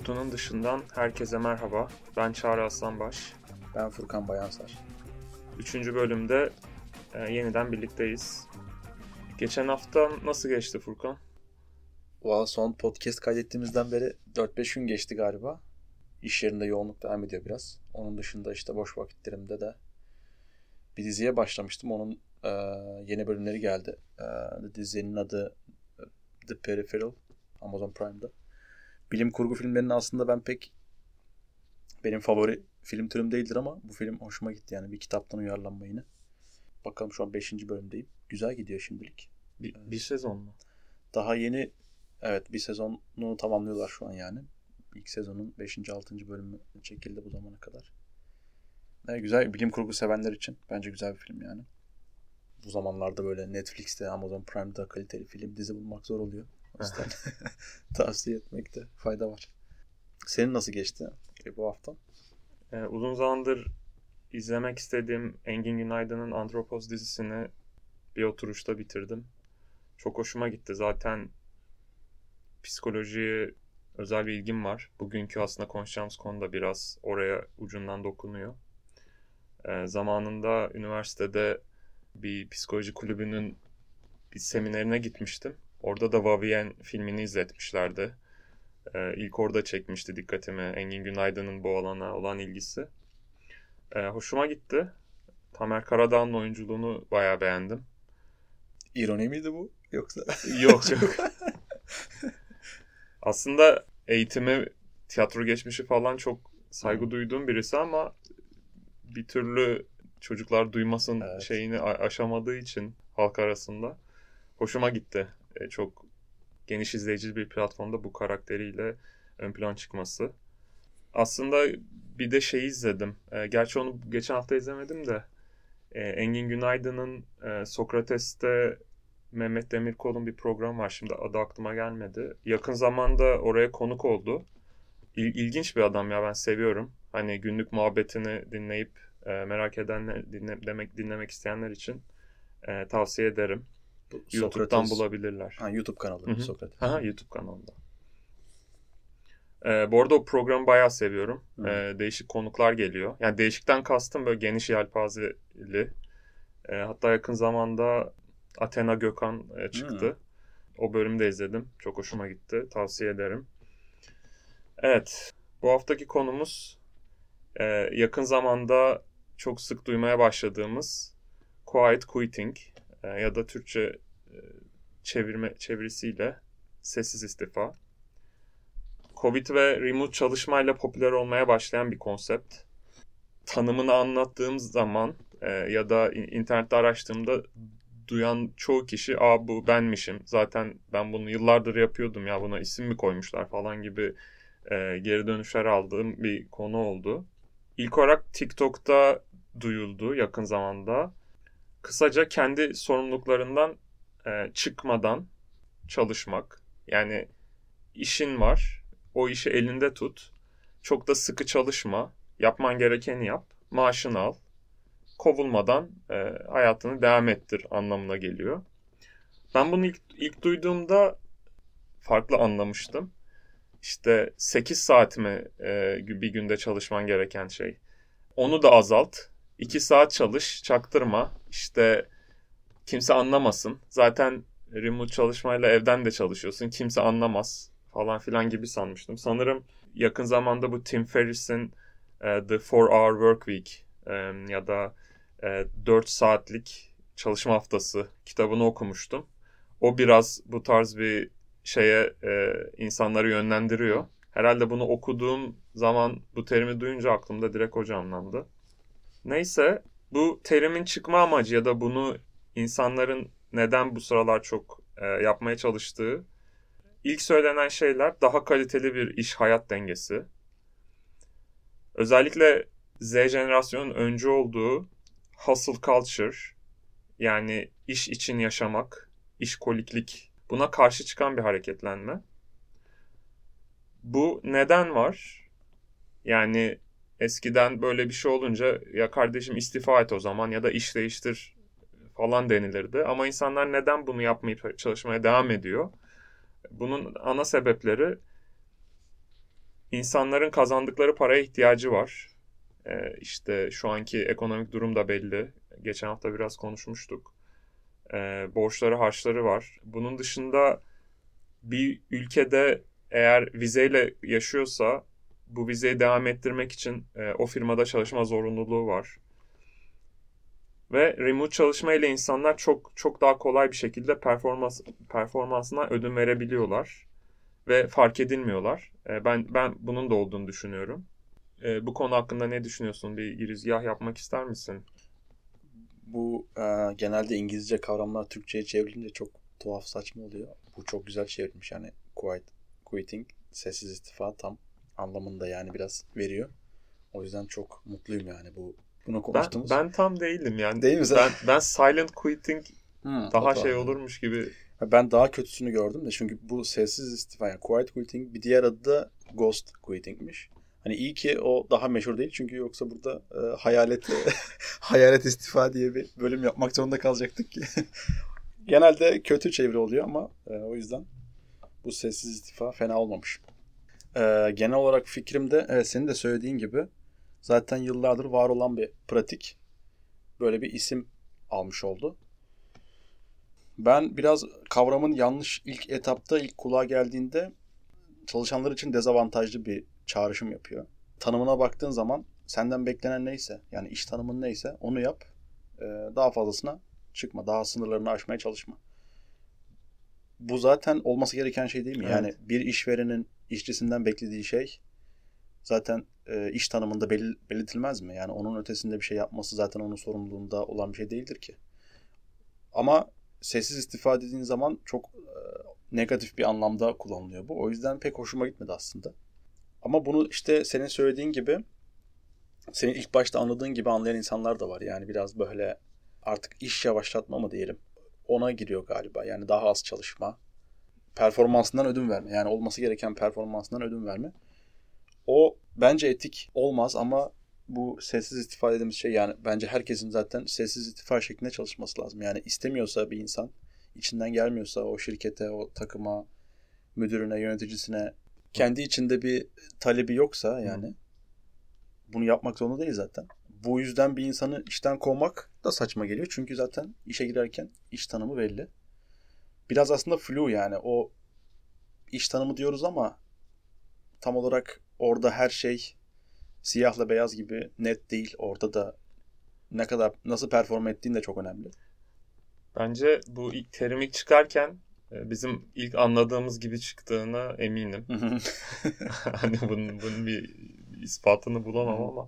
Kutunun dışından herkese merhaba. Ben Çağrı Aslanbaş. Ben Furkan Bayansar. 3. bölümde yeniden birlikteyiz. Geçen hafta nasıl geçti Furkan? Valla son podcast kaydettiğimizden beri 4-5 gün geçti galiba. İş yerinde yoğunluk devam ediyor biraz. Onun dışında işte boş vakitlerimde de bir diziye başlamıştım. Onun yeni bölümleri geldi. Dizinin adı The Peripheral. Amazon Prime'da. Bilim kurgu filmlerinin aslında benim favori film türüm değildir ama bu film hoşuma gitti yani. Bir kitaptan uyarlanma yine. Bakalım şu an 5. bölümdeyim. Güzel gidiyor şimdilik. Bir sezon mu? Daha yeni, evet, bir sezonu tamamlıyorlar şu an yani. İlk sezonun 5. 6. bölümü çekildi bu zamana kadar. Evet, güzel, bilim kurgu sevenler için bence güzel bir film yani. Bu zamanlarda böyle Netflix'te, Amazon Prime'da kaliteli film, dizi bulmak zor oluyor. O yüzden tavsiye etmekte fayda var. Senin nasıl geçti bu hafta? Uzun zamandır izlemek istediğim Engin Günaydın'ın Andropos dizisini bir oturuşta bitirdim. Çok hoşuma gitti. Zaten psikolojiye özel bir ilgim var. Bugünkü aslında konuşacağımız konu da biraz oraya ucundan dokunuyor. Zamanında üniversitede bir psikoloji kulübünün bir seminerine gitmiştim. Orada da Vavien filmini izletmişlerdi. İlk orada çekmişti dikkatimi Engin Günaydın'ın bu alana olan ilgisi. Hoşuma gitti. Tamer Karadağ'ın oyunculuğunu bayağı beğendim. İroni miydi bu yoksa? Yok. Aslında eğitimi, tiyatro geçmişi falan çok saygı duyduğum birisi ama bir türlü çocuklar duymasın şeyini aşamadığı için halk arasında hoşuma gitti. Çok geniş izleyici bir platformda bu karakteriyle ön plan çıkması. Aslında bir de şey izledim. Gerçi onu geçen hafta izlemedim de. Engin Günaydın'ın Sokrates'te Mehmet Demirkol'un bir programı var. Şimdi adı aklıma gelmedi. Yakın zamanda oraya konuk oldu. İlginç bir adam ya, ben seviyorum. Hani günlük muhabbetini dinleyip merak edenler, dinlemek isteyenler için tavsiye ederim. YouTube'dan bulabilirler. YouTube kanalı Sokrates. YouTube kanalında. Bu arada o programı bayağı seviyorum. Değişik konuklar geliyor. Yani değişikten kastım böyle geniş yelpazeli. Hatta yakın zamanda Athena Gökhan çıktı. O bölümü de izledim. Çok hoşuma gitti. Tavsiye ederim. Evet. Bu haftaki konumuz yakın zamanda çok sık duymaya başladığımız quiet quitting ya da Türkçe çevirisiyle sessiz istifa. Covid ve remote çalışmayla popüler olmaya başlayan bir konsept. Tanımını anlattığım zaman ya da internette araştırdığımda duyan çoğu kişi bu benmişim. Zaten ben bunu yıllardır yapıyordum ya, buna isim mi koymuşlar falan gibi geri dönüşler aldığım bir konu oldu. İlk olarak TikTok'ta duyuldu yakın zamanda. Kısaca kendi sorumluluklarından çıkmadan çalışmak. Yani işin var. O işi elinde tut. Çok da sıkı çalışma. Yapman gerekeni yap. Maaşını al. Kovulmadan hayatını devam ettir anlamına geliyor. Ben bunu ilk duyduğumda farklı anlamıştım. İşte 8 saat mi bir günde çalışman gereken şey. Onu da azalt. 2 saat çalış, çaktırma. İşte kimse anlamasın. Zaten remote çalışmayla evden de çalışıyorsun. Kimse anlamaz falan filan gibi sanmıştım. Sanırım yakın zamanda bu Tim Ferriss'in The 4-Hour Workweek ya da 4 saatlik çalışma haftası kitabını okumuştum. O biraz bu tarz bir şeye insanları yönlendiriyor. Herhalde bunu okuduğum zaman bu terimi duyunca aklımda direkt o canlandı. Neyse, bu terimin çıkma amacı ya da bunu insanların neden bu sıralar çok yapmaya çalıştığı, ilk söylenen şeyler daha kaliteli bir iş-hayat dengesi. Özellikle Z jenerasyonun öncü olduğu hustle culture, yani iş için yaşamak, işkoliklik, buna karşı çıkan bir hareketlenme. Bu neden var? Yani eskiden böyle bir şey olunca ya kardeşim istifa et o zaman ya da iş değiştir falan denilirdi. Ama insanlar neden bunu yapmayıp çalışmaya devam ediyor? Bunun ana sebepleri İnsanların kazandıkları paraya ihtiyacı var. İşte şu anki ekonomik durum da belli. Geçen hafta biraz konuşmuştuk. Borçları, harçları var. Bunun dışında bir ülkede eğer vizeyle yaşıyorsa bu vizeyi devam ettirmek için o firmada çalışma zorunluluğu var. Ve remote çalışma ile insanlar çok çok daha kolay bir şekilde performansına ödün verebiliyorlar ve fark edilmiyorlar. Ben bunun da olduğunu düşünüyorum. Bu konu hakkında ne düşünüyorsun? Bir girizgah yapmak ister misin? Bu genelde İngilizce kavramlar Türkçe'ye çevrilince çok tuhaf, saçma oluyor. Bu çok güzel çevrilmiş yani quitting, sessiz istifa tam anlamında yani biraz veriyor. O yüzden çok mutluyum yani bunu konuştuğumuz. Ben tam değilim yani. Değil mi sen? Ben silent quitting daha şey yani. olurmuş gibi. Ben daha kötüsünü gördüm de çünkü bu sessiz istifa yani quiet quitting, bir diğer adı da ghost quitting'miş. Hani iyi ki o daha meşhur değil çünkü yoksa burada hayalet istifa diye bir bölüm yapmak zorunda kalacaktık ki. Genelde kötü çeviri oluyor ama o yüzden bu sessiz istifa fena olmamış. Genel olarak fikrim de evet, senin de söylediğin gibi zaten yıllardır var olan bir pratik böyle bir isim almış oldu. Ben biraz kavramın yanlış ilk etapta, ilk kulağa geldiğinde çalışanlar için dezavantajlı bir çağrışım yapıyor. Tanımına baktığın zaman senden beklenen neyse, yani iş tanımın neyse onu yap. Daha fazlasına çıkma, daha sınırlarını aşmaya çalışma. Bu zaten olması gereken şey değil mi? Evet. Yani bir işverenin işçisinden beklediği şey zaten iş tanımında belirtilmez mi? Yani onun ötesinde bir şey yapması zaten onun sorumluluğunda olan bir şey değildir ki. Ama sessiz istifa dediğin zaman çok negatif bir anlamda kullanılıyor bu. O yüzden pek hoşuma gitmedi aslında. Ama bunu işte senin söylediğin gibi, senin ilk başta anladığın gibi anlayan insanlar da var. Yani biraz böyle artık iş yavaşlatma mı diyelim. Ona giriyor galiba. Yani daha az çalışma. Performansından ödün verme. Yani olması gereken performansından ödün verme. O bence etik olmaz ama bu sessiz istifa dediğimiz şey, yani bence herkesin zaten sessiz istifa şeklinde çalışması lazım. Yani istemiyorsa bir insan, içinden gelmiyorsa o şirkete, o takıma, müdürüne, yöneticisine, kendi içinde bir talebi yoksa yani bunu yapmak zorunda değil zaten. Bu yüzden bir insanı işten kovmak da saçma geliyor. Çünkü zaten işe girerken iş tanımı belli. Biraz aslında flu yani. O iş tanımı diyoruz ama tam olarak orada her şey siyahla beyaz gibi net değil. Orada da ne kadar nasıl perform ettiğin de çok önemli. Bence bu ilk terim ilk çıkarken bizim ilk anladığımız gibi çıktığına eminim. Hani bunun bir ispatını bulamam ama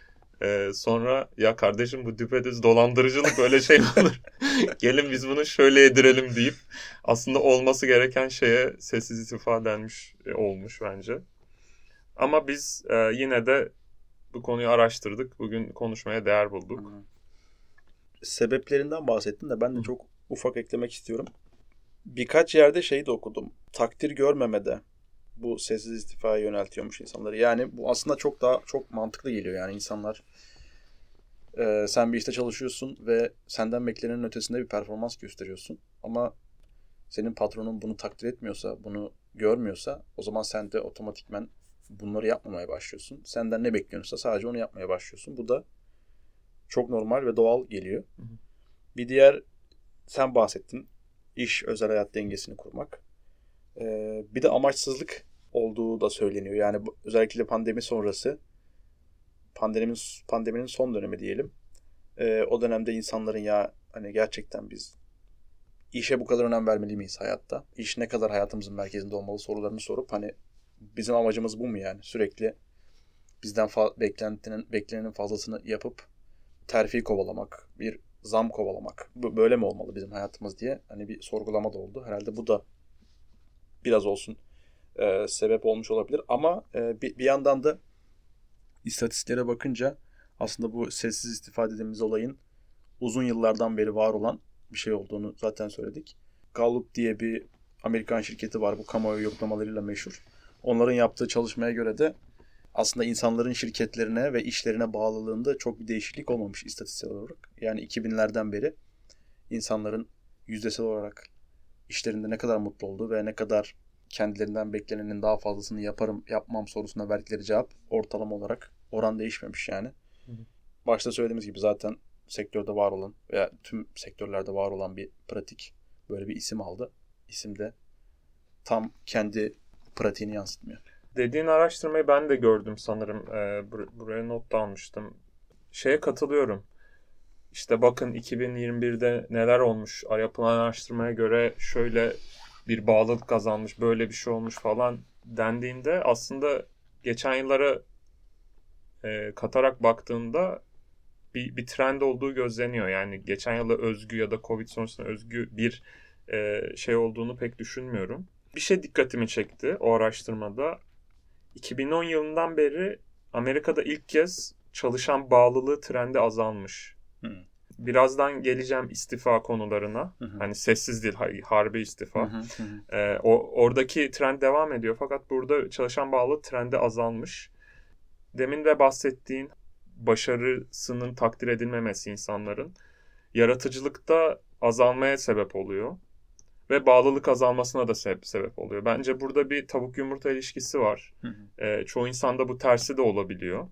sonra ya kardeşim bu düpedüz dolandırıcılık, öyle şey mi olur? Gelin biz bunu şöyle yedirelim deyip aslında olması gereken şeye sessiz istifa denmiş olmuş bence. Ama biz yine de bu konuyu araştırdık. Bugün konuşmaya değer bulduk. Sebeplerinden bahsettin de ben de çok ufak eklemek istiyorum. Birkaç yerde şey de okudum. Takdir görmemede bu sessiz istifaya yöneltiyormuş insanları. Yani bu aslında çok mantıklı geliyor. Yani insanlar sen bir işte çalışıyorsun ve senden beklenenin ötesinde bir performans gösteriyorsun. Ama senin patronun bunu takdir etmiyorsa, bunu görmüyorsa o zaman sen de otomatikman bunları yapmamaya başlıyorsun. Senden ne bekliyorsa sadece onu yapmaya başlıyorsun. Bu da çok normal ve doğal geliyor. Bir diğer, sen bahsettin, iş özel hayat dengesini kurmak. Bir de amaçsızlık olduğu da söyleniyor. Yani özellikle pandemi sonrası, pandeminin son dönemi diyelim. O dönemde insanların ya hani gerçekten biz işe bu kadar önem vermeli miyiz hayatta? İş ne kadar hayatımızın merkezinde olmalı sorularını sorup hani bizim amacımız bu mu yani? Sürekli bizden beklenenin fazlasını yapıp terfi kovalamak, bir zam kovalamak. Böyle mi olmalı bizim hayatımız diye hani bir sorgulama da oldu. Herhalde bu da biraz olsun sebep olmuş olabilir. Ama bir yandan da istatistiklere bakınca aslında bu sessiz istifa dediğimiz olayın uzun yıllardan beri var olan bir şey olduğunu zaten söyledik. Gallup diye bir Amerikan şirketi var. Bu kamuoyu yoklamalarıyla meşhur. Onların yaptığı çalışmaya göre de aslında insanların şirketlerine ve işlerine bağlılığında çok bir değişiklik olmamış istatistiksel olarak. Yani 2000'lerden beri insanların yüzdesel olarak işlerinde ne kadar mutlu olduğu ve ne kadar kendilerinden beklenenin daha fazlasını yaparım yapmam sorusuna verdikleri cevap ortalama olarak oran değişmemiş yani. Hı hı. Başta söylediğimiz gibi zaten sektörde var olan veya tüm sektörlerde var olan bir pratik böyle bir isim aldı. İsim de tam kendi pratiğini yansıtmıyor. Dediğin araştırmayı ben de gördüm sanırım. Buraya not da almıştım. Şeye katılıyorum. İşte bakın 2021'de neler olmuş. Yapılan araştırmaya göre şöyle bir bağlılık kazanmış, böyle bir şey olmuş falan dendiğinde aslında geçen yıllara katarak baktığında bir trend olduğu gözleniyor. Yani geçen yıla özgü ya da Covid sonrasında özgü bir şey olduğunu pek düşünmüyorum. Bir şey dikkatimi çekti o araştırmada. 2010 yılından beri Amerika'da ilk kez çalışan bağlılığı trendi azalmış. Birazdan geleceğim istifa konularına. Hani sessiz değil, harbi istifa. Oradaki trend devam ediyor. Fakat burada çalışan bağlılığı trendi azalmış. Demin de bahsettiğin başarısının takdir edilmemesi insanların yaratıcılıkta azalmaya sebep oluyor. Ve bağlılık azalmasına da sebep oluyor. Bence burada bir tavuk yumurta ilişkisi var. Çoğu insanda bu tersi de olabiliyor.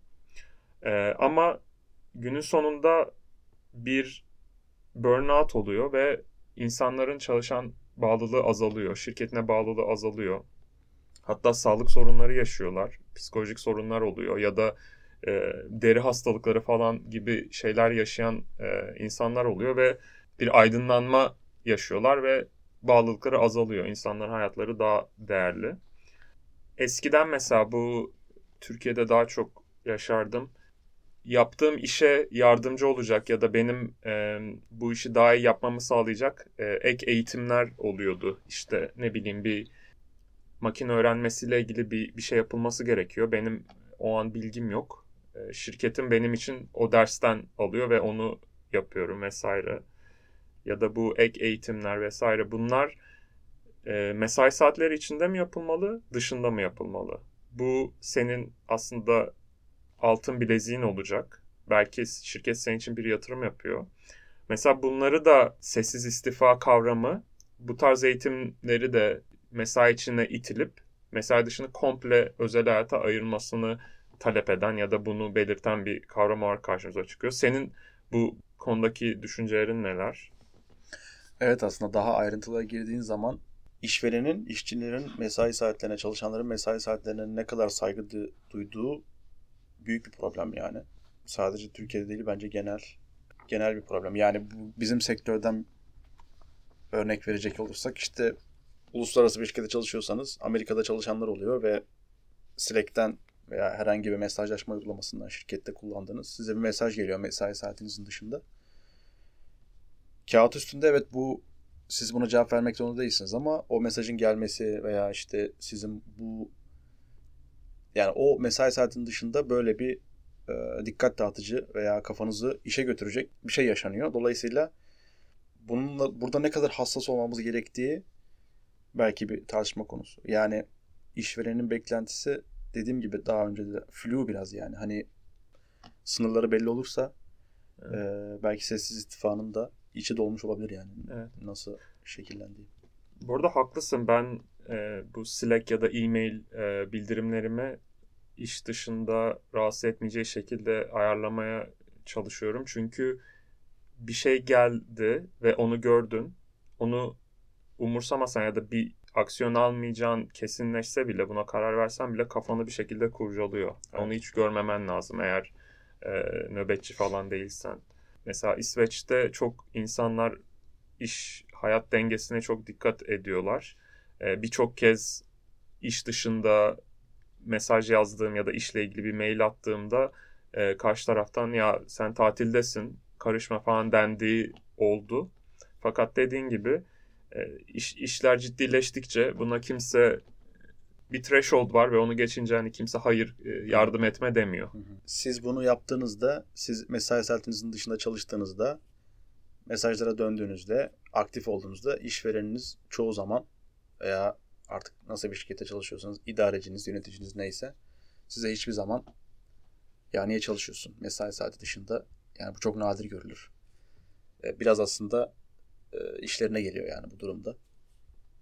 Ama günün sonunda bir burnout oluyor ve insanların çalışan bağlılığı azalıyor. Şirketine bağlılığı azalıyor. Hatta sağlık sorunları yaşıyorlar. Psikolojik sorunlar oluyor. Ya da deri hastalıkları falan gibi şeyler yaşayan insanlar oluyor ve bir aydınlanma yaşıyorlar ve bağlılıkları azalıyor. İnsanların hayatları daha değerli. Eskiden mesela bu Türkiye'de daha çok yaşardım. Yaptığım işe yardımcı olacak ya da benim bu işi daha iyi yapmamı sağlayacak ek eğitimler oluyordu. İşte ne bileyim bir makine öğrenmesiyle ilgili bir şey yapılması gerekiyor. Benim o an bilgim yok. Şirketim benim için o dersten alıyor ve onu yapıyorum vesaire. Ya da bu ek eğitimler vesaire bunlar mesai saatleri içinde mi yapılmalı, dışında mı yapılmalı? Bu senin aslında altın bileziğin olacak. Belki şirket senin için bir yatırım yapıyor. Mesela bunları da sessiz istifa kavramı, bu tarz eğitimleri de mesai içine itilip mesai dışını komple özel hayata ayırmasını talep eden ya da bunu belirten bir kavram olarak karşımıza çıkıyor. Senin bu konudaki düşüncelerin neler? Evet, aslında daha ayrıntılara girdiğin zaman işverenin, işçilerin mesai saatlerine, çalışanların mesai saatlerine ne kadar saygı duyduğu büyük bir problem yani. Sadece Türkiye'de değil, bence genel bir problem. Yani bu bizim sektörden örnek verecek olursak işte uluslararası bir şirkette çalışıyorsanız Amerika'da çalışanlar oluyor ve Slack'ten veya herhangi bir mesajlaşma uygulamasından şirkette kullandığınız size bir mesaj geliyor mesai saatinizin dışında. Kağıt üstünde evet siz buna cevap vermek zorunda değilsiniz ama o mesajın gelmesi veya işte sizin yani o mesai saatinin dışında böyle bir dikkat dağıtıcı veya kafanızı işe götürecek bir şey yaşanıyor. Dolayısıyla burada ne kadar hassas olmamız gerektiği belki bir tartışma konusu. Yani işverenin beklentisi dediğim gibi daha önce de flu biraz yani. Hani sınırları belli olursa belki sessiz istifanın da içi dolmuş olabilir yani. Evet. Nasıl şekillendiği. Bu arada haklısın. Ben bu Slack ya da e-mail bildirimlerimi iş dışında rahatsız etmeyeceği şekilde ayarlamaya çalışıyorum. Çünkü bir şey geldi ve onu gördün. Onu umursamasan ya da bir aksiyon almayacağın kesinleşse bile buna karar versen bile kafanı bir şekilde kurcalıyor. Evet. Onu hiç görmemen lazım eğer nöbetçi falan değilsen. Mesela İsveç'te çok insanlar iş hayat dengesine çok dikkat ediyorlar. Birçok kez iş dışında mesaj yazdığım ya da işle ilgili bir mail attığımda karşı taraftan ya sen tatildesin karışma falan dendiği oldu. Fakat dediğin gibi işler ciddileştikçe buna kimse bir threshold var ve onu geçince hani kimse hayır yardım etme demiyor. Siz bunu yaptığınızda, siz mesai saatinizin dışında çalıştığınızda, mesajlara döndüğünüzde, aktif olduğunuzda işvereniniz çoğu zaman veya artık nasıl bir şirkette çalışıyorsanız idareciniz, yöneticiniz neyse size hiçbir zaman ya niye çalışıyorsun mesai saati dışında, yani bu çok nadir görülür. Biraz aslında işlerine geliyor yani bu durumda.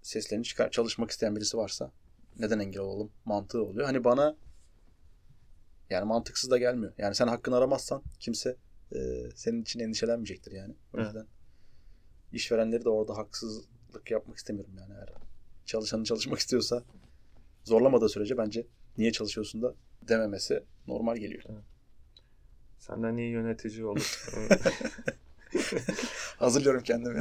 seslerini çalışmak isteyen birisi varsa neden engel olalım mantığı oluyor. Hani bana yani mantıksız da gelmiyor. Yani sen hakkını aramazsan kimse senin için endişelenmeyecektir yani. O yüzden işverenleri de orada haksızlık yapmak istemiyorum yani. Eğer çalışanı çalışmak istiyorsa zorlamadığı sürece bence niye çalışıyorsun da dememesi normal geliyor. Evet. Senden iyi yönetici olur. Hazırlıyorum kendimi.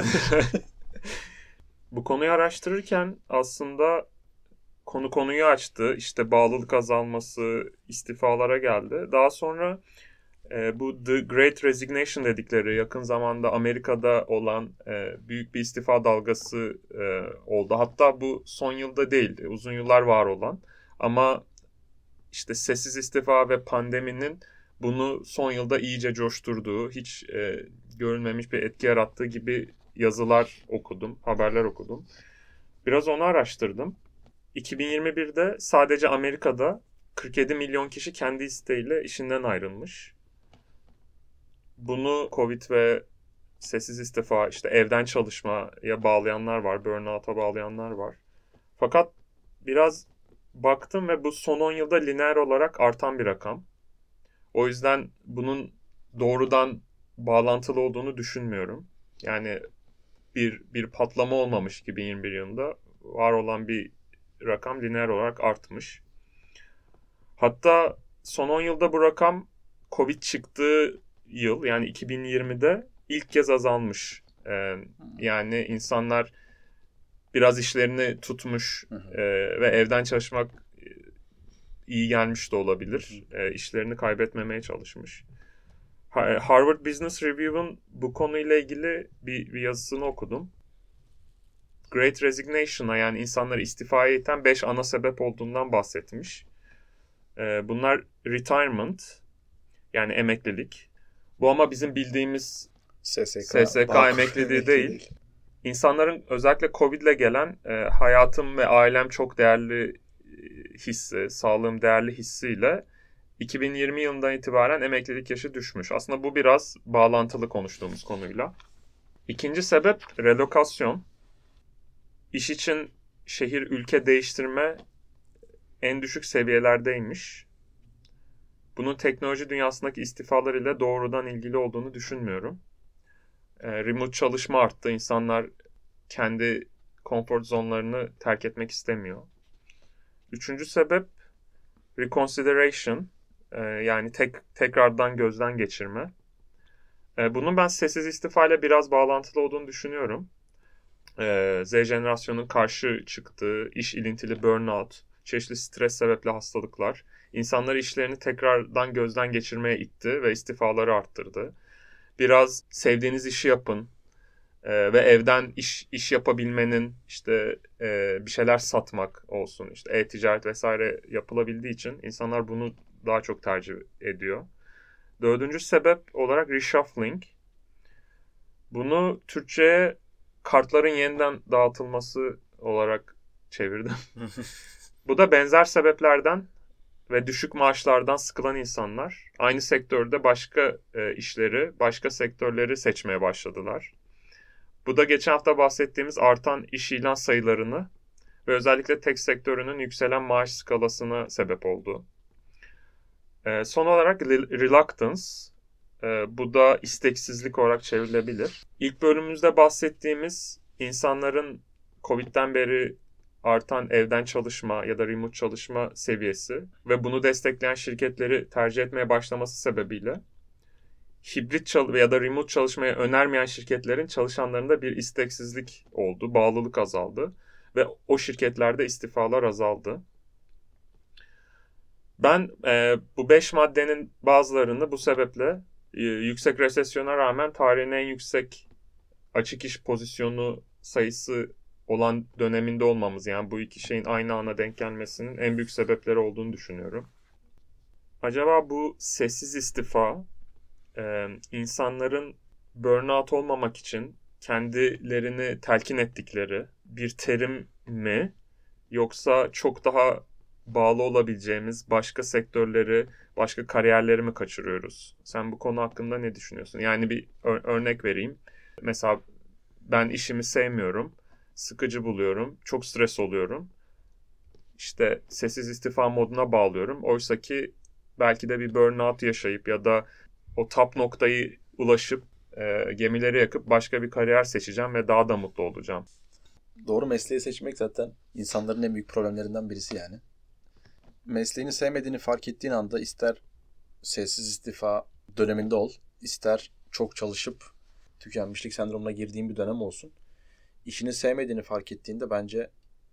Bu konuyu araştırırken aslında konuyu açtı. İşte bağlılık azalması, istifalara geldi. Daha sonra bu The Great Resignation dedikleri yakın zamanda Amerika'da olan büyük bir istifa dalgası oldu. Hatta bu son yılda değil, uzun yıllar var olan. Ama işte sessiz istifa ve pandeminin bunu son yılda iyice coşturduğu, hiç görülmemiş bir etki yarattığı gibi yazılar okudum, haberler okudum. Biraz onu araştırdım. 2021'de sadece Amerika'da 47 milyon kişi kendi isteğiyle işinden ayrılmış. Bunu Covid ve sessiz istifa, işte evden çalışmaya bağlayanlar var, burnout'a bağlayanlar var. Fakat biraz baktım ve bu son 10 yılda lineer olarak artan bir rakam. O yüzden bunun doğrudan bağlantılı olduğunu düşünmüyorum. Yani bir patlama olmamış 2021 yılında. Var olan bir rakam lineer olarak artmış. Hatta son 10 yılda bu rakam Covid çıktığı yıl yani 2020'de ilk kez azalmış. Yani insanlar biraz işlerini tutmuş ve evden çalışmak iyi gelmiş de olabilir. İşlerini kaybetmemeye çalışmış. Harvard Business Review'un bu konuyla ilgili bir yazısını okudum. Great Resignation'a yani insanları istifaya iten 5 ana sebep olduğundan bahsetmiş. Bunlar retirement yani emeklilik. Bu ama bizim bildiğimiz SSK emekliliği değil. İnsanların özellikle Covid'le gelen hayatım ve ailem çok değerli hissi, sağlığım değerli hissiyle 2020 yılından itibaren emeklilik yaşı düşmüş. Aslında bu biraz bağlantılı konuştuğumuz konuyla. İkinci sebep relokasyon. İş için şehir, ülke değiştirme en düşük seviyelerdeymiş. Bunun teknoloji dünyasındaki istifalar ile doğrudan ilgili olduğunu düşünmüyorum. Remote çalışma arttı. İnsanlar kendi konfor zonlarını terk etmek istemiyor. Üçüncü sebep reconsideration. Yani tekrardan gözden geçirme. Bunun ben sessiz istifa ile biraz bağlantılı olduğunu düşünüyorum. Z jenerasyonun karşı çıktığı iş ilintili burnout, çeşitli stres sebepli hastalıklar, insanları işlerini tekrardan gözden geçirmeye itti ve istifaları arttırdı. Biraz sevdiğiniz işi yapın ve evden iş yapabilmenin işte bir şeyler satmak olsun, işte e-ticaret vesaire yapılabildiği için insanlar bunu daha çok tercih ediyor. Dördüncü sebep olarak reshuffling. Bunu Türkçe'ye kartların yeniden dağıtılması olarak çevirdim. Bu da benzer sebeplerden ve düşük maaşlardan sıkılan insanlar aynı sektörde başka işleri, başka sektörleri seçmeye başladılar. Bu da geçen hafta bahsettiğimiz artan iş ilan sayılarını ve özellikle tech sektörünün yükselen maaş skalasına sebep oldu. Son olarak reluctance. Bu da isteksizlik olarak çevrilebilir. İlk bölümümüzde bahsettiğimiz insanların Covid'den beri artan evden çalışma ya da remote çalışma seviyesi ve bunu destekleyen şirketleri tercih etmeye başlaması sebebiyle hibrit ya da remote çalışmayı önermeyen şirketlerin çalışanlarında bir isteksizlik oldu, bağlılık azaldı ve o şirketlerde istifalar azaldı. Ben bu 5 maddenin bazılarını bu sebeple yüksek resesyona rağmen tarihin en yüksek açık iş pozisyonu sayısı olan döneminde olmamız, yani bu iki şeyin aynı ana denk gelmesinin en büyük sebepleri olduğunu düşünüyorum. Acaba bu sessiz istifa insanların burnout olmamak için kendilerini telkin ettikleri bir terim mi, yoksa çok daha bağlı olabileceğimiz başka sektörleri, başka kariyerleri mi kaçırıyoruz? Sen bu konu hakkında ne düşünüyorsun? Yani bir örnek vereyim. Mesela ben işimi sevmiyorum. sıkıcı buluyorum. Çok stres oluyorum. İşte sessiz istifa moduna bağlıyorum. Oysa ki belki de bir burnout yaşayıp ya da o top noktayı ulaşıp gemileri yakıp başka bir kariyer seçeceğim ve daha da mutlu olacağım. Doğru mesleği seçmek zaten insanların en büyük problemlerinden birisi yani. Mesleğini sevmediğini fark ettiğin anda ister sessiz istifa döneminde ol, ister çok çalışıp tükenmişlik sendromuna girdiğin bir dönem olsun. İşini sevmediğini fark ettiğinde bence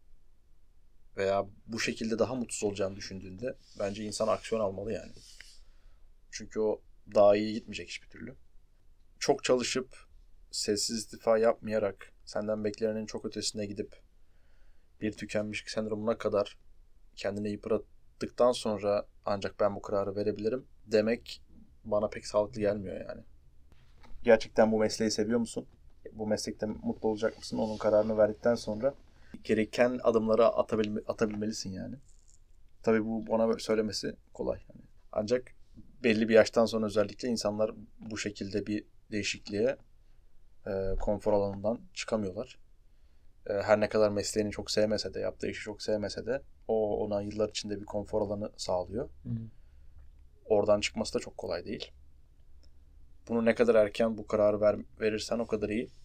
veya bu şekilde daha mutsuz olacağını düşündüğünde bence insan aksiyon almalı yani. Çünkü o daha iyi gitmeyecek hiçbir türlü. Çok çalışıp sessiz istifa yapmayarak senden beklenenin çok ötesine gidip bir tükenmişlik sendromuna kadar kendini yıprattıktan sonra ancak ben bu kararı verebilirim demek bana pek sağlıklı gelmiyor yani. Gerçekten bu mesleği seviyor musun? Bu meslekte mutlu olacak mısın? Onun kararını verdikten sonra gereken adımları atabilmelisin yani. Tabii bu bana söylemesi kolay. Yani. Ancak belli bir yaştan sonra özellikle insanlar bu şekilde bir değişikliğe konfor alanından çıkamıyorlar. Her ne kadar mesleğini çok sevmese de, yaptığı işi çok sevmese de o ona yıllar içinde bir konfor alanı sağlıyor. Oradan çıkması da çok kolay değil. Bunu ne kadar erken bu kararı verirsen o kadar iyi.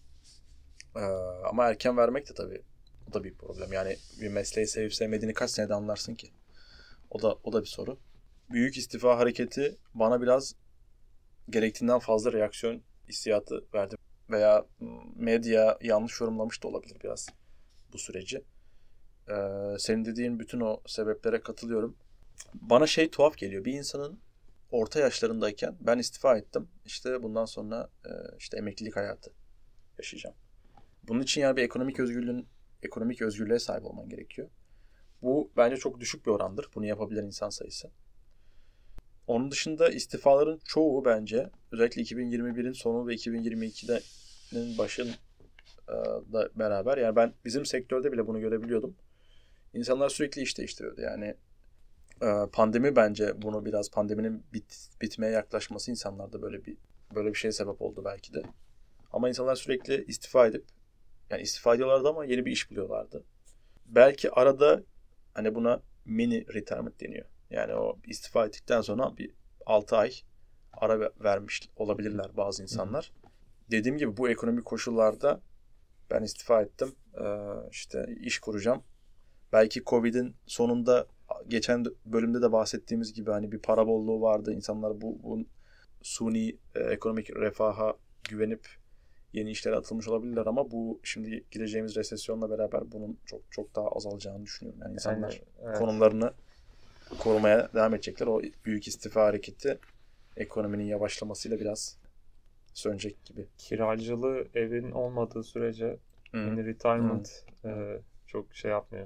Ama erken vermek de tabii o da bir problem. Yani bir mesleği sevip sevmediğini kaç senede anlarsın ki? O da bir soru. Büyük istifa hareketi bana biraz gerektiğinden fazla reaksiyon hissiyatı verdi. Veya medya yanlış yorumlamış da olabilir biraz bu süreci. Senin dediğin bütün o sebeplere katılıyorum. Bana tuhaf geliyor. Bir insanın orta yaşlarındayken ben istifa ettim. İşte bundan sonra işte emeklilik hayatı yaşayacağım. Bunun için yani bir ekonomik özgürlüğe sahip olman gerekiyor. Bu bence çok düşük bir orandır. Bunu yapabilen insan sayısı. Onun dışında istifaların çoğu bence özellikle 2021'in sonu ve 2022'nin başın da beraber yani bizim sektörde bile bunu görebiliyordum. İnsanlar sürekli iş değiştiriyordu. Yani pandemi bence bunu biraz pandeminin bitmeye yaklaşması insanlarda böyle bir şeye sebep oldu belki de. Ama insanlar sürekli istifa ediyorlardı ama yeni bir iş buluyorlardı. Belki arada hani buna mini retirement deniyor. Yani o istifa ettikten sonra bir 6 ay ara vermiş olabilirler bazı insanlar. Dediğim gibi bu ekonomik koşullarda ben istifa ettim. İşte iş kuracağım. Belki Covid'in sonunda geçen bölümde de bahsettiğimiz gibi hani bir para bolluğu vardı. İnsanlar bu suni ekonomik refaha güvenip yeni işlere atılmış olabilirler ama bu şimdi gireceğimiz resesyonla beraber bunun çok çok daha azalacağını düşünüyorum. Yani insanlar konumlarını korumaya devam edecekler. O büyük istifa hareketi ekonominin yavaşlamasıyla biraz sönecek gibi. Kiracılı evin olmadığı sürece yeni retirement çok şey yapmıyor.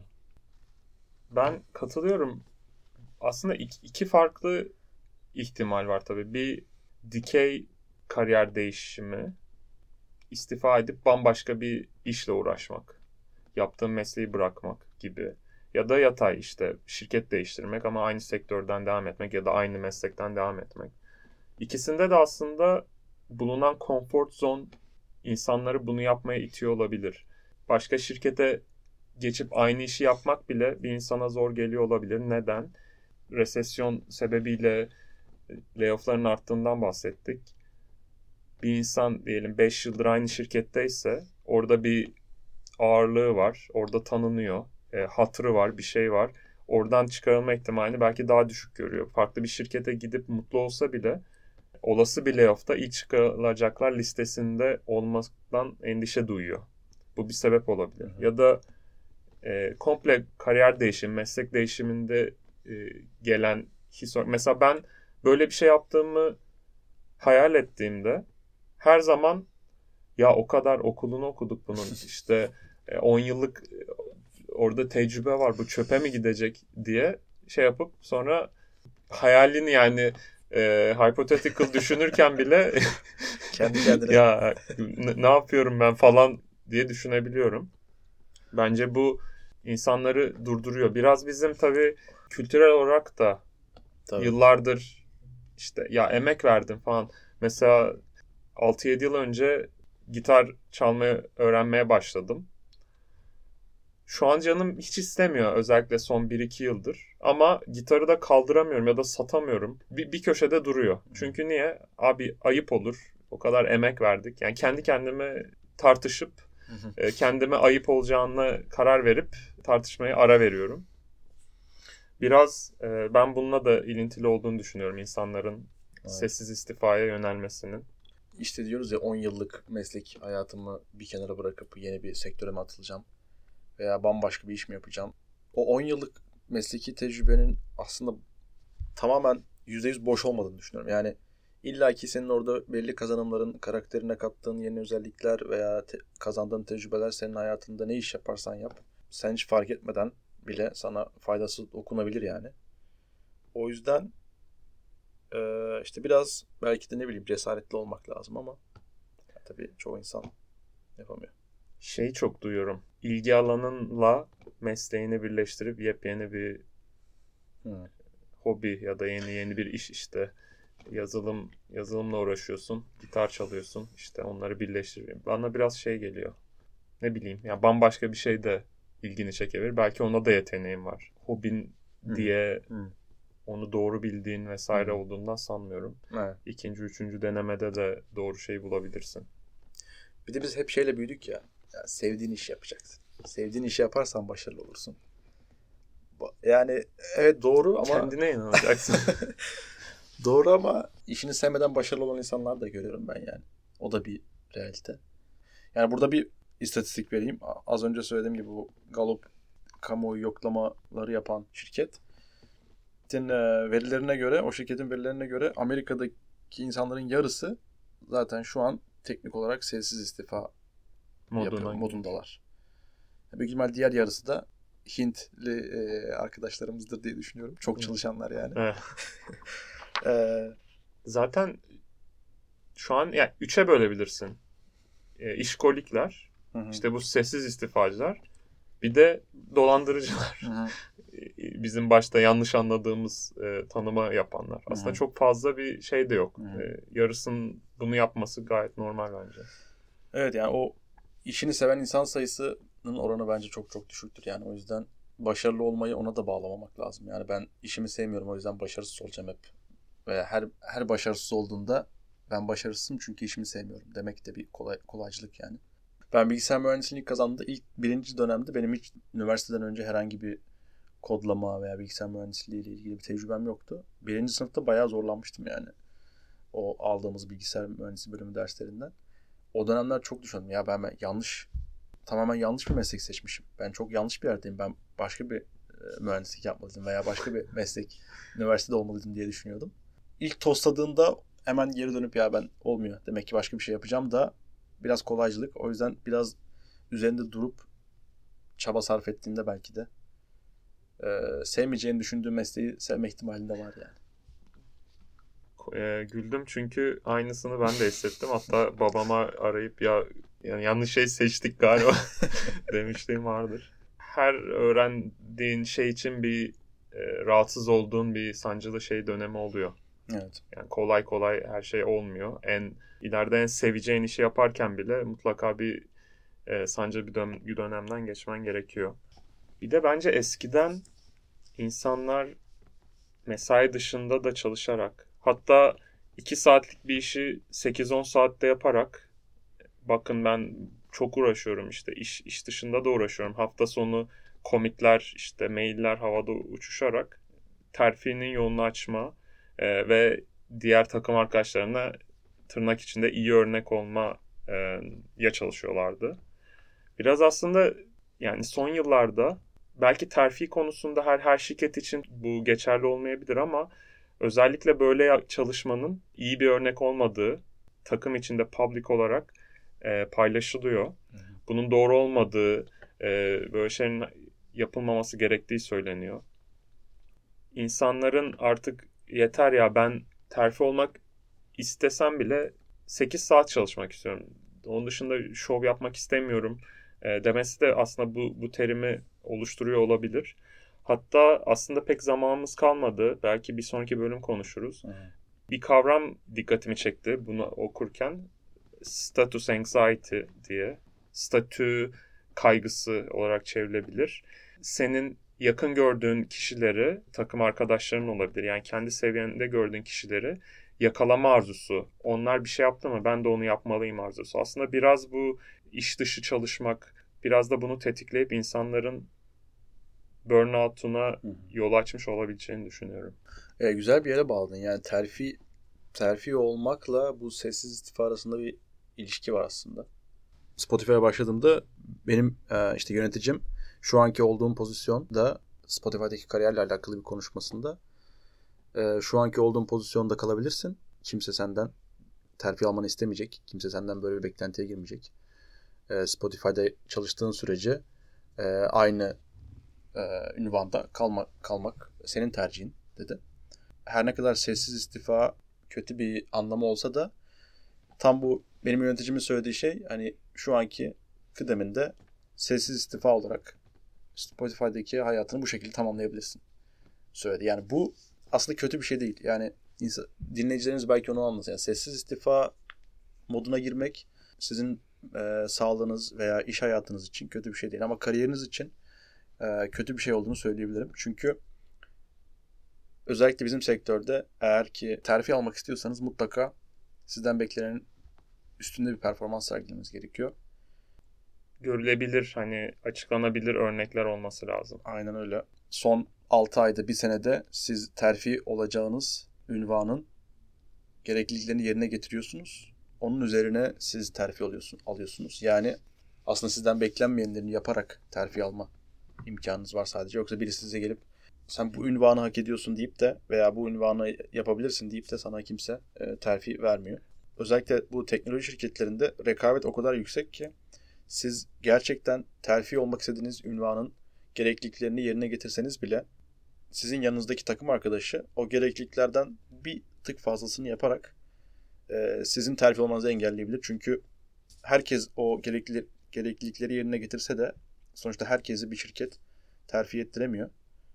Ben katılıyorum. Aslında iki farklı ihtimal var tabii. Bir dikey kariyer değişimi, istifa edip bambaşka bir işle uğraşmak, yaptığım mesleği bırakmak gibi. Ya da yatay işte şirket değiştirmek ama aynı sektörden devam etmek ya da aynı meslekten devam etmek. İkisinde de aslında bulunan comfort zone insanları bunu yapmaya itiyor olabilir. Başka şirkete geçip aynı işi yapmak bile bir insana zor geliyor olabilir. Neden? Resesyon sebebiyle layoff'ların arttığından bahsettik. Bir insan diyelim 5 yıldır aynı şirketteyse orada bir ağırlığı var. Orada tanınıyor. Hatırı var, bir şey var. Oradan çıkarılma ihtimalini belki daha düşük görüyor. Farklı bir şirkete gidip mutlu olsa bile olası bir layoff'ta ilk çıkarılacaklar listesinde olmaktan endişe duyuyor. Bu bir sebep olabilir. Ya da komple kariyer değişimi, meslek değişiminde gelen mesela ben böyle bir şey yaptığımı hayal ettiğimde her zaman ya o kadar okulunu okuduk bunun işte 10 yıllık orada tecrübe var bu çöpe mi gidecek diye şey yapıp sonra hayalini yani hypothetical düşünürken bile kendi kendine ya ne yapıyorum ben falan diye düşünebiliyorum. Bence bu insanları durduruyor. Biraz bizim tabii kültürel olarak da yıllardır işte ya emek verdim falan. Mesela 6-7 yıl önce gitar çalmayı öğrenmeye başladım. Şu an canım hiç istemiyor, özellikle son 1-2 yıldır. Ama gitarı da kaldıramıyorum ya da satamıyorum. Bir köşede duruyor. Çünkü niye? Abi ayıp olur. O kadar emek verdik. Yani kendi kendime tartışıp kendime ayıp olacağına karar verip tartışmaya ara veriyorum. Biraz ben bununla da ilintili olduğunu düşünüyorum insanların sessiz istifaya yönelmesinin. İşte diyoruz ya 10 yıllık meslek hayatımı bir kenara bırakıp yeni bir sektöre mi atılacağım veya bambaşka bir iş mi yapacağım? O 10 yıllık mesleki tecrübenin aslında tamamen %100 boş olmadığını düşünüyorum. Yani illaki senin orada belli kazanımların, karakterine kattığın yeni özellikler veya kazandığın tecrübeler senin hayatında ne iş yaparsan yap. Sen hiç fark etmeden bile sana faydası dokunabilir yani. O yüzden işte biraz belki de ne bileyim cesaretli olmak lazım ama tabii çoğu insan yapamıyor. Şeyi çok duyuyorum. İlgi alanınla mesleğini birleştirip yepyeni bir hobi ya da yeni bir iş işte. Yazılımla uğraşıyorsun, gitar çalıyorsun, işte onları birleştiriyorum. Bana biraz şey geliyor. Ne bileyim, ya bambaşka bir şey de ilgini çekebilir. Belki ona da yeteneğin var. Hobin diye onu doğru bildiğin vesaire olduğundan sanmıyorum. Evet. İkinci, üçüncü denemede de doğru şeyi bulabilirsin. Bir de biz hep şeyle büyüdük ya. Ya sevdiğin işi yapacaksın. Sevdiğin işi yaparsan başarılı olursun. Yani evet doğru ama... Kendine inanacaksın. Doğru ama işini sevmeden başarılı olan insanlar da görüyorum ben yani. O da bir realite. Yani burada bir istatistik vereyim. Az önce söylediğim gibi bu Gallup kamuoyu yoklamaları yapan şirketin verilerine göre, o şirketin verilerine göre Amerika'daki insanların yarısı zaten şu an teknik olarak sessiz istifa modundalar. Büyük ihtimal diğer yarısı da Hintli arkadaşlarımızdır diye düşünüyorum. Çok çalışanlar yani. Evet. Zaten şu an yani 3'e bölebilirsin. İşkolikler, işte bu sessiz istifacılar, bir de dolandırıcılar. Bizim başta yanlış anladığımız tanıma yapanlar. Aslında çok fazla bir şey de yok. Yarısının bunu yapması gayet normal bence. Evet yani o işini seven insan sayısının oranı bence çok çok düşüktür. Yani o yüzden başarılı olmayı ona da bağlamamak lazım. Yani ben işimi sevmiyorum o yüzden başarısız olacağım hep. Veya her başarısız olduğunda ben başarısızım çünkü işimi sevmiyorum demek de bir kolaycılık yani. Ben bilgisayar mühendisliğini kazandığımda ilk birinci dönemde benim hiç üniversiteden önce herhangi bir kodlama veya bilgisayar mühendisliği ile ilgili bir tecrübem yoktu. Birinci sınıfta bayağı zorlanmıştım yani. O aldığımız bilgisayar mühendisliği bölümü derslerinden. O dönemler çok düşündüm. Ya ben tamamen yanlış bir meslek seçmişim. Ben çok yanlış bir yerdeyim. Ben başka bir mühendislik yapmalıydım veya başka bir meslek üniversitede olmalıydım diye düşünüyordum. İlk tostladığında hemen geri dönüp ya ben olmuyor. Demek ki başka bir şey yapacağım da biraz kolaycılık. O yüzden biraz üzerinde durup çaba sarf ettiğinde belki de sevmeyeceğini düşündüğüm mesleği sevme ihtimalinde var yani. Güldüm çünkü aynısını ben de hissettim. Hatta babama arayıp yani yanlış şey seçtik galiba demişliğim vardır. Her öğrendiğin şey için bir rahatsız olduğun bir sancılı şey dönemi oluyor. Evet. Yani kolay kolay her şey olmuyor. İleride en seveceğin işi yaparken bile mutlaka bir sancılı bir dönemden geçmen gerekiyor. Bir de bence eskiden insanlar mesai dışında da çalışarak, hatta 2 saatlik bir işi 8-10 saatte yaparak, bakın ben çok uğraşıyorum işte iş dışında da uğraşıyorum. Hafta sonu komitler, işte mailler havada uçuşarak terfinin yolunu açma ve diğer takım arkadaşlarına tırnak içinde iyi örnek olma ya çalışıyorlardı. Biraz aslında yani son yıllarda belki terfi konusunda her şirket için bu geçerli olmayabilir ama özellikle böyle çalışmanın iyi bir örnek olmadığı takım içinde public olarak paylaşılıyor. Bunun doğru olmadığı, böyle şeylerin yapılmaması gerektiği söyleniyor. İnsanların artık yeter ya ben terfi olmak istesem bile 8 saat çalışmak istiyorum. Onun dışında şov yapmak istemiyorum demesi de aslında bu terimi oluşturuyor olabilir. Hatta aslında pek zamanımız kalmadı. Belki bir sonraki bölüm konuşuruz. Bir kavram dikkatimi çekti bunu okurken. Status anxiety diye. Statü kaygısı olarak çevrilebilir. Senin yakın gördüğün kişileri, takım arkadaşların olabilir. Yani kendi seviyende gördüğün kişileri yakalama arzusu. Onlar bir şey yaptı mı ben de onu yapmalıyım arzusu. Aslında biraz bu iş dışı çalışmak, biraz da bunu tetikleyip insanların burnout'una yol açmış olabileceğini düşünüyorum. Güzel bir yere bağladın. Yani terfi olmakla bu sessiz istifa arasında bir ilişki var aslında. Spotify'a başladığımda benim işte yöneticim şu anki olduğum pozisyonda Spotify'daki kariyerle alakalı bir konuşmasında şu anki olduğum pozisyonda kalabilirsin. Kimse senden terfi almanı istemeyecek. Kimse senden böyle bir beklentiye girmeyecek. Spotify'da çalıştığın sürece aynı ünvanda kalmak senin tercihin dedi. Her ne kadar sessiz istifa kötü bir anlamı olsa da tam bu benim yöneticimin söylediği şey hani şu anki kıdeminde sessiz istifa olarak Spotify'daki hayatını bu şekilde tamamlayabilirsin söyledi. Yani bu aslında kötü bir şey değil. Yani dinleyicileriniz belki onu anlasın. Yani sessiz istifa moduna girmek sizin sağlığınız veya iş hayatınız için kötü bir şey değil. Ama kariyeriniz için kötü bir şey olduğunu söyleyebilirim. Çünkü özellikle bizim sektörde eğer ki terfi almak istiyorsanız mutlaka sizden beklenenin üstünde bir performans sergilemeniz gerekiyor. Görülebilir, hani açıklanabilir örnekler olması lazım. Aynen öyle. Son 6 ayda, bir senede siz terfi olacağınız ünvanın gerekliliklerini yerine getiriyorsunuz. Onun üzerine siz terfi alıyorsunuz. Yani aslında sizden beklenmeyenlerini yaparak terfi alma imkanınız var sadece. Yoksa birisi size gelip sen bu ünvanı hak ediyorsun deyip de veya bu ünvanı yapabilirsin deyip de sana kimse terfi vermiyor. Özellikle bu teknoloji şirketlerinde rekabet o kadar yüksek ki siz gerçekten terfi olmak istediğiniz ünvanın gerekliliklerini yerine getirseniz bile sizin yanınızdaki takım arkadaşı o gerekliliklerden bir tık fazlasını yaparak sizin terfi olmanızı engelleyebilir. Çünkü herkes o gereklilikleri yerine getirse de sonuçta herkesi bir şirket terfi ettiremiyor.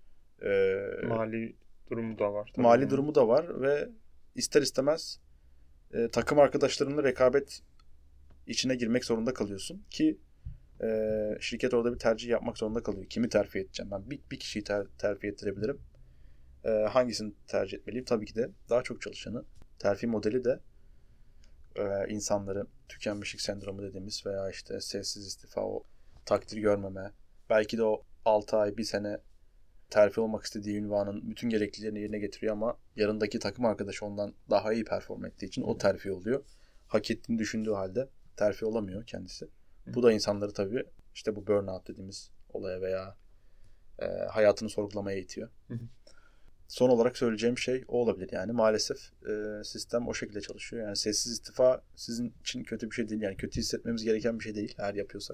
Mali durumu da var. Mali durumu da var ve ister istemez takım arkadaşlarınla rekabet içine girmek zorunda kalıyorsun ki şirket orada bir tercih yapmak zorunda kalıyor. Kimi terfi edeceğim? Ben bir kişiyi terfi ettirebilirim. Hangisini tercih etmeliyim? Tabii ki de daha çok çalışanı. Terfi modeli de insanların tükenmişlik sendromu dediğimiz veya işte sessiz istifa, o takdir görmeme, belki de o 6 ay, 1 sene terfi olmak istediği ünvanın bütün gerekliliklerini yerine getiriyor ama yanındaki takım arkadaşı ondan daha iyi perform ettiği için o terfi oluyor. Hak ettiğini düşündüğü halde terfi olamıyor kendisi. Bu da insanları tabii işte bu burnout dediğimiz olaya veya hayatını sorgulamaya itiyor. Son olarak söyleyeceğim şey o olabilir. Yani maalesef sistem o şekilde çalışıyor. Yani sessiz istifa sizin için kötü bir şey değil. Yani kötü hissetmemiz gereken bir şey değil eğer yapıyorsak.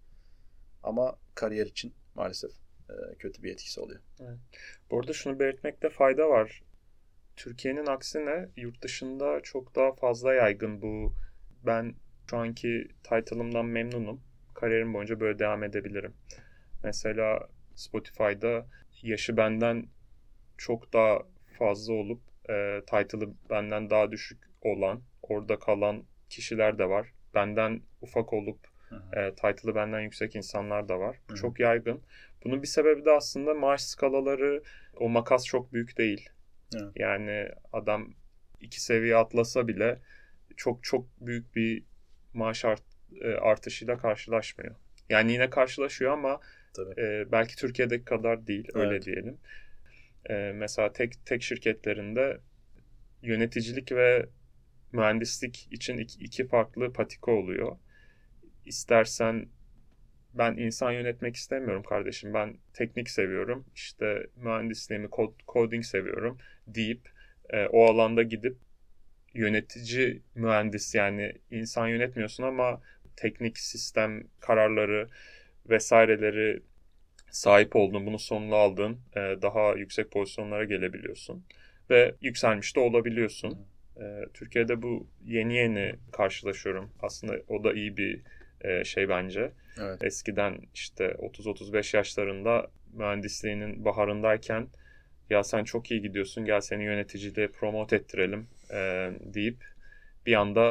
Ama kariyer için maalesef kötü bir etkisi oluyor. Evet. Bu arada şunu belirtmekte fayda var. Türkiye'nin aksine yurt dışında çok daha fazla yaygın bu. Ben şu anki title'ımdan memnunum. Kariyerim boyunca böyle devam edebilirim. Mesela Spotify'da yaşı benden çok daha fazla olup title'ı benden daha düşük olan, orada kalan kişiler de var. Benden ufak olup title'ı benden yüksek insanlar da var. Bu çok yaygın. Bunun bir sebebi de aslında maaş skalaları, o makas çok büyük değil. Evet. Yani adam 2 seviye atlasa bile çok çok büyük bir maaş artışıyla karşılaşmıyor. Yani yine karşılaşıyor ama belki Türkiye'deki kadar değil, öyle diyelim. Mesela tek şirketlerinde yöneticilik ve mühendislik için iki farklı patika oluyor. İstersen ben insan yönetmek istemiyorum kardeşim, ben teknik seviyorum, işte mühendisliğimi, coding seviyorum deyip o alanda gidip yönetici mühendis, yani insan yönetmiyorsun ama teknik sistem kararları vesaireleri sahip olduğun, bunu sonuna aldığın daha yüksek pozisyonlara gelebiliyorsun ve yükselmiş de olabiliyorsun. Türkiye'de bu yeni karşılaşıyorum. Aslında o da iyi bir şey bence. Evet. Eskiden işte 30-35 yaşlarında mühendisliğinin baharındayken ya sen çok iyi gidiyorsun, gel seni yöneticiliğe promote ettirelim deyip bir anda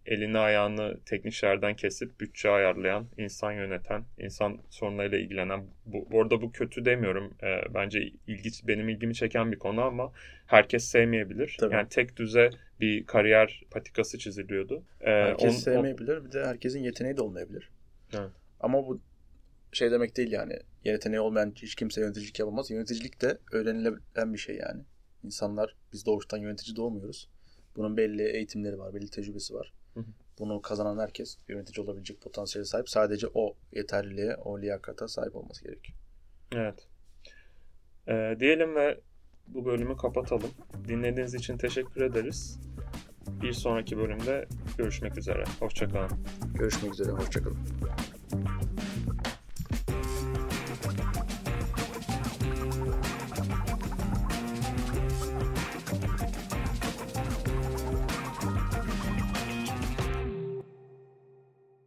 elini ayağını teknik işlerden kesip bütçe ayarlayan, insan yöneten, insan sorunlarıyla ilgilenen. Bu arada bu kötü demiyorum. Bence benim ilgimi çeken bir konu ama herkes sevmeyebilir. Tabii. Yani tek düze bir kariyer patikası çiziliyordu. Herkes sevmeyebilir. Bir de herkesin yeteneği de olmayabilir. Evet. Ama bu şey demek değil yani. Yeteneği olmayan hiç kimse yöneticilik yapamaz. Yöneticilik de öğrenilen bir şey yani. İnsanlar, biz doğuştan yönetici doğmuyoruz. Bunun belli eğitimleri var, belli tecrübesi var. Bunu kazanan herkes yönetici olabilecek potansiyele sahip. Sadece o yeterliliğe, o liyakata sahip olması gerekiyor. Evet. Diyelim ve bu bölümü kapatalım. Dinlediğiniz için teşekkür ederiz. Bir sonraki bölümde görüşmek üzere. Hoşça kalın. Görüşmek üzere, hoşça kalın.